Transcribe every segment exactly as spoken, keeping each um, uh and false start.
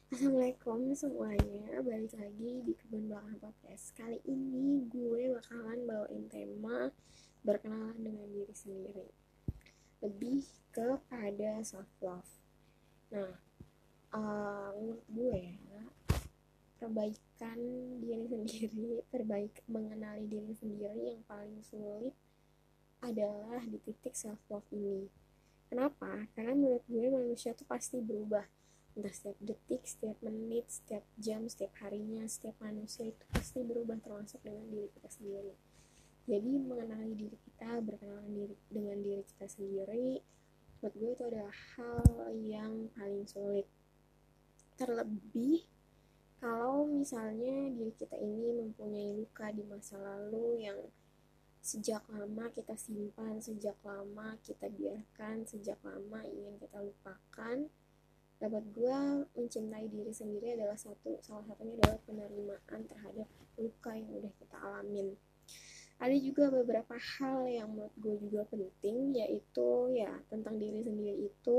Assalamualaikum semuanya, balik lagi di Kebun Belakang Podcast. Kali ini gue bakalan bawain tema berkenalan dengan diri sendiri, lebih kepada self love. Nah, uh, menurut gue ya, perbaikan diri sendiri, perbaik mengenali diri sendiri yang paling sulit adalah di titik self love ini. Kenapa? Karena menurut gue manusia tuh pasti berubah, entah setiap detik, setiap menit, setiap jam, setiap harinya. Setiap manusia itu pasti berubah, termasuk dengan diri kita sendiri. Jadi mengenali diri kita, berkenalan diri, dengan diri kita sendiri, menurut gue itu adalah hal yang paling sulit. Terlebih kalau misalnya diri kita ini mempunyai luka di masa lalu yang sejak lama kita simpan, sejak lama kita biarkan, sejak lama ingin kita lupakan. Dapat gue, mencintai diri sendiri adalah satu salah satunya adalah penerimaan terhadap luka yang udah kita alamin. Ada juga beberapa hal yang menurut gue juga penting, yaitu ya tentang diri sendiri itu,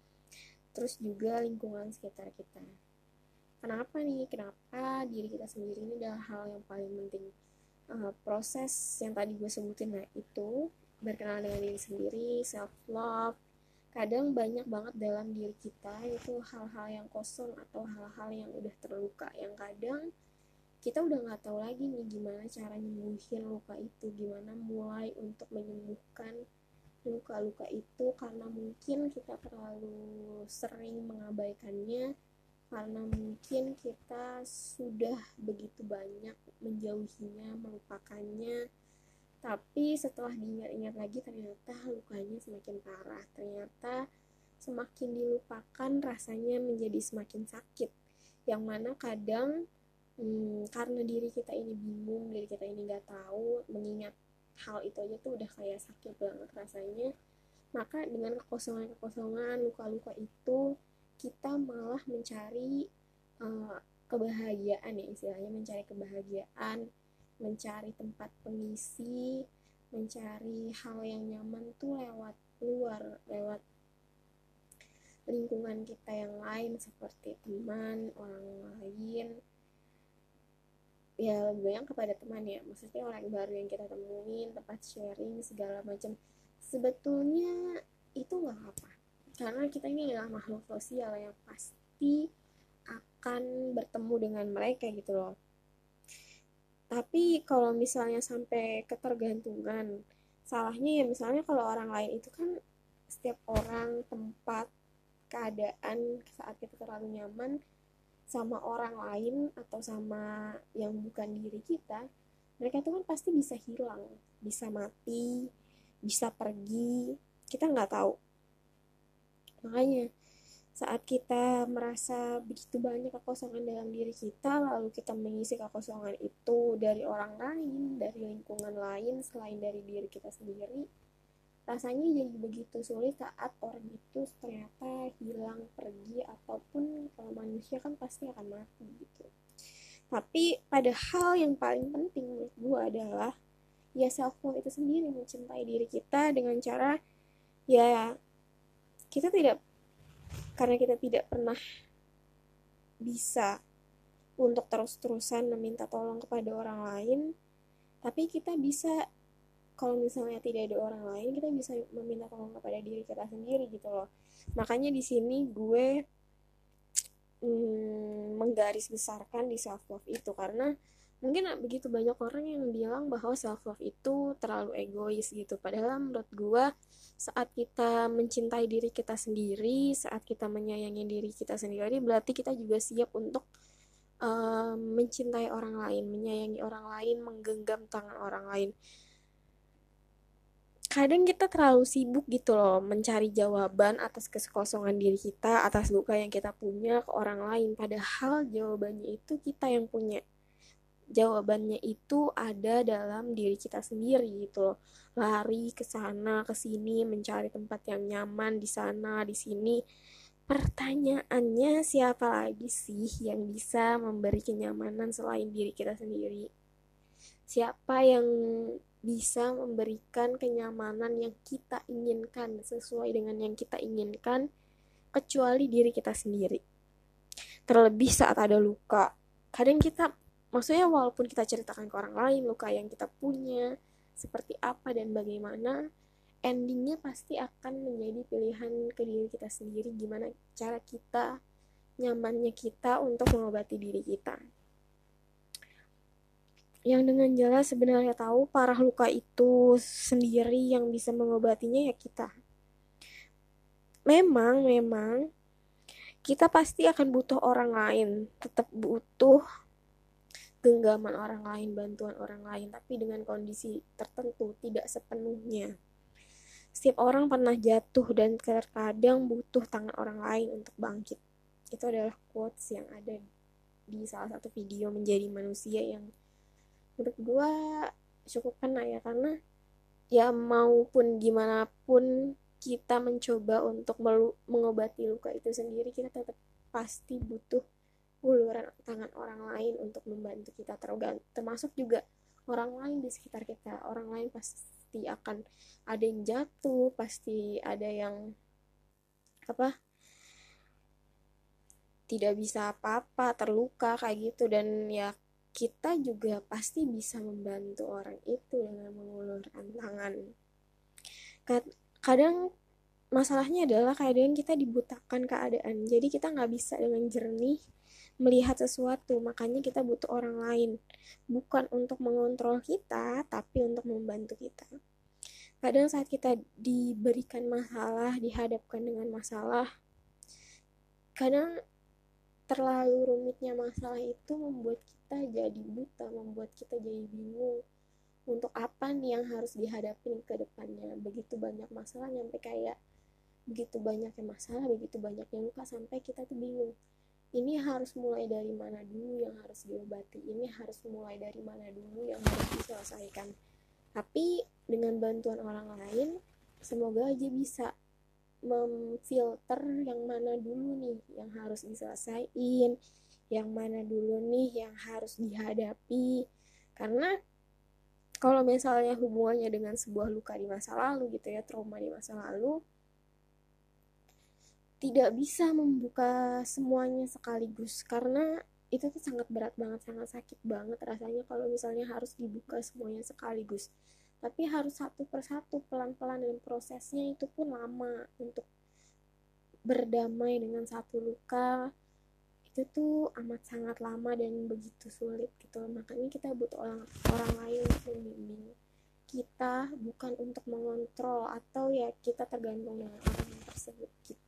terus juga lingkungan sekitar kita. Kenapa nih? Kenapa diri kita sendiri ini adalah hal yang paling penting? Uh, proses yang tadi gue sebutin, nah itu berkenalan dengan diri sendiri, self love. Kadang banyak banget dalam diri kita itu hal-hal yang kosong atau hal-hal yang udah terluka, yang kadang kita udah nggak tahu lagi nih gimana cara nyembuhin luka itu, gimana mulai untuk menyembuhkan luka-luka itu, karena mungkin kita terlalu sering mengabaikannya, karena mungkin kita sudah begitu banyak menjauhinya, melupakannya. Tapi setelah diingat-ingat lagi, ternyata lukanya semakin parah. Ternyata semakin dilupakan, rasanya menjadi semakin sakit. Yang mana kadang hmm, karena diri kita ini bingung, diri kita ini gak tahu, mengingat hal itu aja tuh udah kayak sakit banget rasanya. Maka dengan kekosongan-kekosongan, luka-luka itu, kita malah mencari uh, kebahagiaan, ya istilahnya mencari kebahagiaan, mencari tempat pengisi, mencari hal yang nyaman tuh lewat luar, lewat lingkungan kita yang lain seperti teman, orang lain. Ya lebih banyak kepada teman ya, maksudnya orang baru yang kita temuin, tempat sharing segala macam. Sebetulnya itu nggak apa, karena kita ini adalah makhluk sosial yang pasti akan bertemu dengan mereka gitu loh. Tapi kalau misalnya sampai ketergantungan, salahnya ya misalnya kalau orang lain itu kan, setiap orang, tempat, keadaan saat kita terlalu nyaman sama orang lain atau sama yang bukan diri kita, mereka tuh kan pasti bisa hilang, bisa mati, bisa pergi, kita nggak tahu. Makanya saat kita merasa begitu banyak kekosongan dalam diri kita, lalu kita mengisi kekosongan itu dari orang lain, dari lingkungan lain selain dari diri kita sendiri, rasanya jadi begitu sulit saat orang itu ternyata hilang, pergi, ataupun kalau manusia kan pasti akan mati gitu. Tapi padahal yang paling penting menurut gue adalah ya self love itu sendiri, mencintai diri kita dengan cara ya kita tidak, karena kita tidak pernah bisa untuk terus-terusan meminta tolong kepada orang lain, tapi kita bisa, kalau misalnya tidak ada orang lain, kita bisa meminta tolong kepada diri kita sendiri gitu loh. Makanya di sini gue hmm, menggarisbesarkan di self love itu, karena mungkin begitu banyak orang yang bilang bahwa self love itu terlalu egois gitu. Padahal menurut gue, saat kita mencintai diri kita sendiri, saat kita menyayangi diri kita sendiri, berarti kita juga siap untuk uh, mencintai orang lain, menyayangi orang lain, menggenggam tangan orang lain. Kadang kita terlalu sibuk gitu loh mencari jawaban atas kekosongan diri kita, atas luka yang kita punya ke orang lain. Padahal jawabannya itu kita yang punya. Jawabannya itu ada dalam diri kita sendiri gitu loh. Lari ke sana ke sini mencari tempat yang nyaman di sana di sini. Pertanyaannya, siapa lagi sih yang bisa memberi kenyamanan selain diri kita sendiri? Siapa yang bisa memberikan kenyamanan yang kita inginkan sesuai dengan yang kita inginkan kecuali diri kita sendiri? terlebih saat ada luka. Kadang kita, maksudnya walaupun kita ceritakan ke orang lain luka yang kita punya seperti apa dan bagaimana, endingnya pasti akan menjadi pilihan ke diri kita sendiri, gimana cara kita, nyamannya kita untuk mengobati diri kita. Yang dengan jelas sebenarnya tahu parah luka itu sendiri, yang bisa mengobatinya ya kita. Memang, memang kita pasti akan butuh orang lain, tetap butuh genggaman orang lain, bantuan orang lain, tapi dengan kondisi tertentu, tidak sepenuhnya. Setiap orang pernah jatuh dan terkadang butuh tangan orang lain untuk bangkit. Itu adalah quotes yang ada di salah satu video Menjadi Manusia, yang menurut gue cukup kena ya, karena ya maupun gimana pun kita mencoba untuk melu- mengobati luka itu sendiri, kita tetap pasti butuh uluran tangan orang lain untuk membantu kita, termasuk juga orang lain di sekitar kita. Orang lain pasti akan ada yang jatuh, pasti ada yang apa tidak bisa apa-apa, terluka kayak gitu, dan ya kita juga pasti bisa membantu orang itu dengan mengulurkan tangan. Kadang masalahnya adalah kadang kita dibutakan keadaan, jadi kita nggak bisa dengan jernih melihat sesuatu, makanya kita butuh orang lain, bukan untuk mengontrol kita, tapi untuk membantu kita. Kadang saat kita diberikan masalah, dihadapkan dengan masalah, kadang terlalu rumitnya masalah itu membuat kita jadi buta, membuat kita jadi bingung untuk apa nih yang harus dihadapin ke depannya. Begitu banyak masalah, nyampe kayak begitu banyaknya masalah, begitu banyaknya luka, sampai kita tuh bingung, ini harus mulai dari mana dulu yang harus diobati, ini harus mulai dari mana dulu yang harus diselesaikan. Tapi dengan bantuan orang lain, semoga aja bisa memfilter yang mana dulu nih yang harus diselesaikan, yang mana dulu nih yang harus dihadapi. Karena kalau misalnya hubungannya dengan sebuah luka di masa lalu gitu ya, trauma di masa lalu, tidak bisa membuka semuanya sekaligus, karena itu tuh sangat berat banget, sangat sakit banget rasanya kalau misalnya harus dibuka semuanya sekaligus. Tapi harus satu persatu, pelan-pelan, dan prosesnya itu pun lama. Untuk berdamai dengan satu luka itu tuh amat sangat lama dan begitu sulit gitu. Makanya kita butuh orang, orang lain untuk membimbing kita, bukan untuk mengontrol atau ya kita tergantung dengan orang tersebut gitu.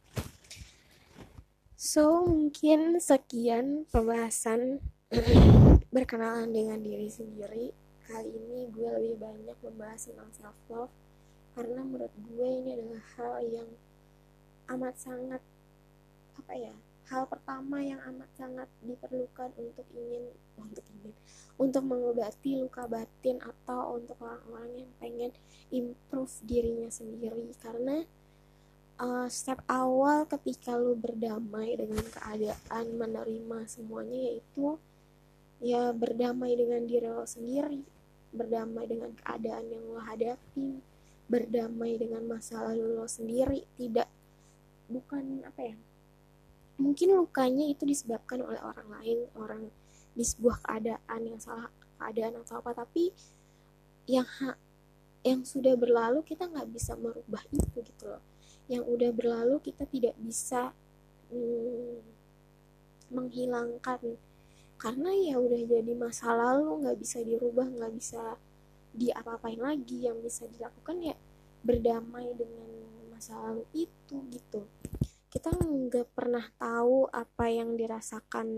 So, mungkin sekian pembahasan berkenalan dengan diri sendiri. Kali ini gue lebih banyak membahas tentang self-love, karena menurut gue ini adalah hal yang amat sangat, apa ya, hal pertama yang amat sangat diperlukan untuk ingin, untuk ingin, untuk mengobati luka batin, atau untuk orang-orang yang pengen improve dirinya sendiri. Karena Uh, step awal ketika lu berdamai dengan keadaan, menerima semuanya, yaitu ya berdamai dengan diri lo sendiri, berdamai dengan keadaan yang lo hadapi, berdamai dengan masa lalu lo sendiri. Tidak, bukan apa ya, mungkin lukanya itu disebabkan oleh orang lain, orang di sebuah keadaan yang salah keadaan atau apa, tapi yang ha- yang sudah berlalu kita nggak bisa merubah itu gitu loh. Yang udah berlalu kita tidak bisa hmm, menghilangkan, karena ya udah jadi masa lalu, nggak bisa dirubah, nggak bisa diapa-apain lagi. Yang bisa dilakukan ya berdamai dengan masa lalu itu gitu. Kita nggak pernah tahu apa yang dirasakan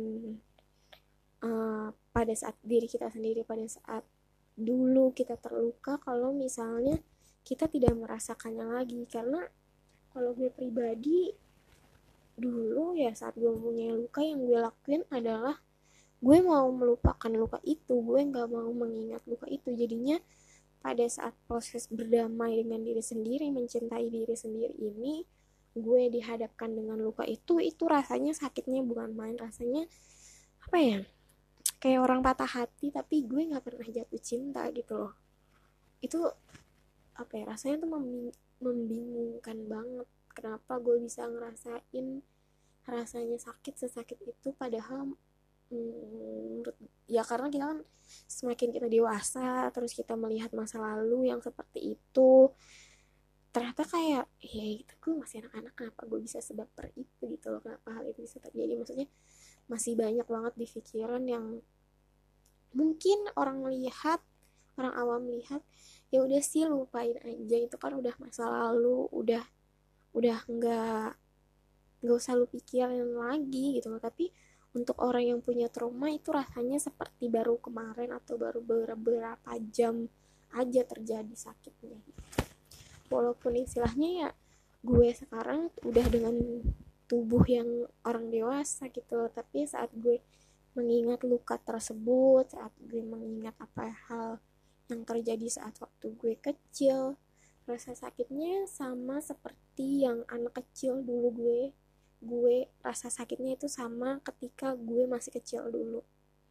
uh, pada saat diri kita sendiri, pada saat dulu kita terluka, kalau misalnya kita tidak merasakannya lagi. Karena kalau gue pribadi dulu ya, saat gue punya luka, yang gue lakuin adalah gue mau melupakan luka itu, gue nggak mau mengingat luka itu. Jadinya pada saat proses berdamai dengan diri sendiri, mencintai diri sendiri ini, gue dihadapkan dengan luka itu, itu rasanya sakitnya bukan main. Rasanya apa ya, kayak orang patah hati tapi gue nggak pernah jatuh cinta gitu loh. Itu apa ya, rasanya tuh membing- membingungkan banget. Kenapa gue bisa ngerasain rasanya sakit sesakit itu, padahal hmm, ya karena kita kan semakin kita dewasa terus kita melihat masa lalu yang seperti itu, ternyata kayak ya itu gue masih anak-anak, kenapa gue bisa sebaper itu gitu loh, kenapa hal itu bisa terjadi. Maksudnya masih banyak banget di pikiran yang mungkin orang lihat, orang awam lihat ya udah sih lupain aja, itu kan udah masa lalu, udah udah nggak nggak usah lu pikirin lagi gitu loh. Tapi untuk orang yang punya trauma itu rasanya seperti baru kemarin atau baru beberapa jam aja terjadi sakitnya gitu. Walaupun istilahnya ya gue sekarang udah dengan tubuh yang orang dewasa gitu, tapi saat gue mengingat luka tersebut, saat gue mengingat apa hal yang terjadi saat waktu gue kecil, rasa sakitnya sama seperti yang anak kecil dulu gue gue rasa sakitnya itu sama ketika gue masih kecil dulu.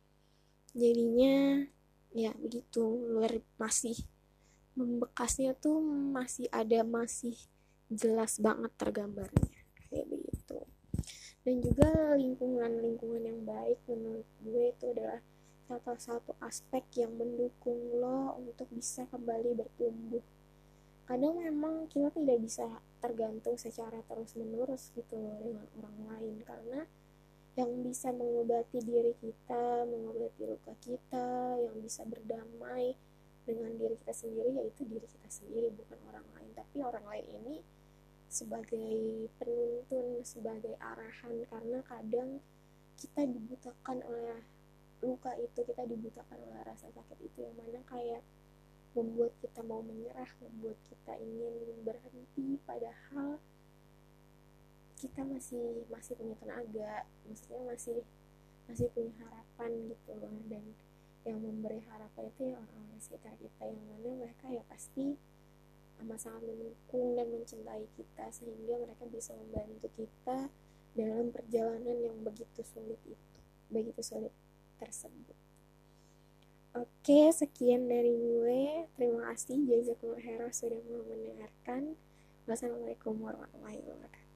Jadinya ya begitu, luar masih membekasnya tuh masih ada, masih jelas banget tergambarnya kayak begitu. Dan juga lingkungan-lingkungan yang baik menurut gue itu adalah salah satu aspek yang mendukung lo untuk bisa kembali bertumbuh. Kadang memang kita tidak bisa tergantung secara terus menerus gitu loh dengan orang lain, karena yang bisa mengobati diri kita, mengobati luka kita, yang bisa berdamai dengan diri kita sendiri yaitu diri kita sendiri, bukan orang lain. Tapi orang lain ini sebagai penuntun, sebagai arahan, karena kadang kita dibutakan oleh luka itu, kita dibutakan oleh rasa sakit itu yang mana kayak membuat kita mau menyerah, membuat kita ingin berhenti, padahal kita masih masih punya tenaga, maksudnya masih masih punya harapan gitu loh. Dan yang memberi harapan itu ya orang-orang sekitar kita, yang mana mereka ya pasti amat sangat mendukung dan mencintai kita, sehingga mereka bisa membantu kita dalam perjalanan yang begitu sulit itu, begitu sulit tersebut. Oke, sekian dari gue. Terima kasih jazakumullah khairan sudah mau mendengarkan. Wassalamualaikum warahmatullahi wabarakatuh.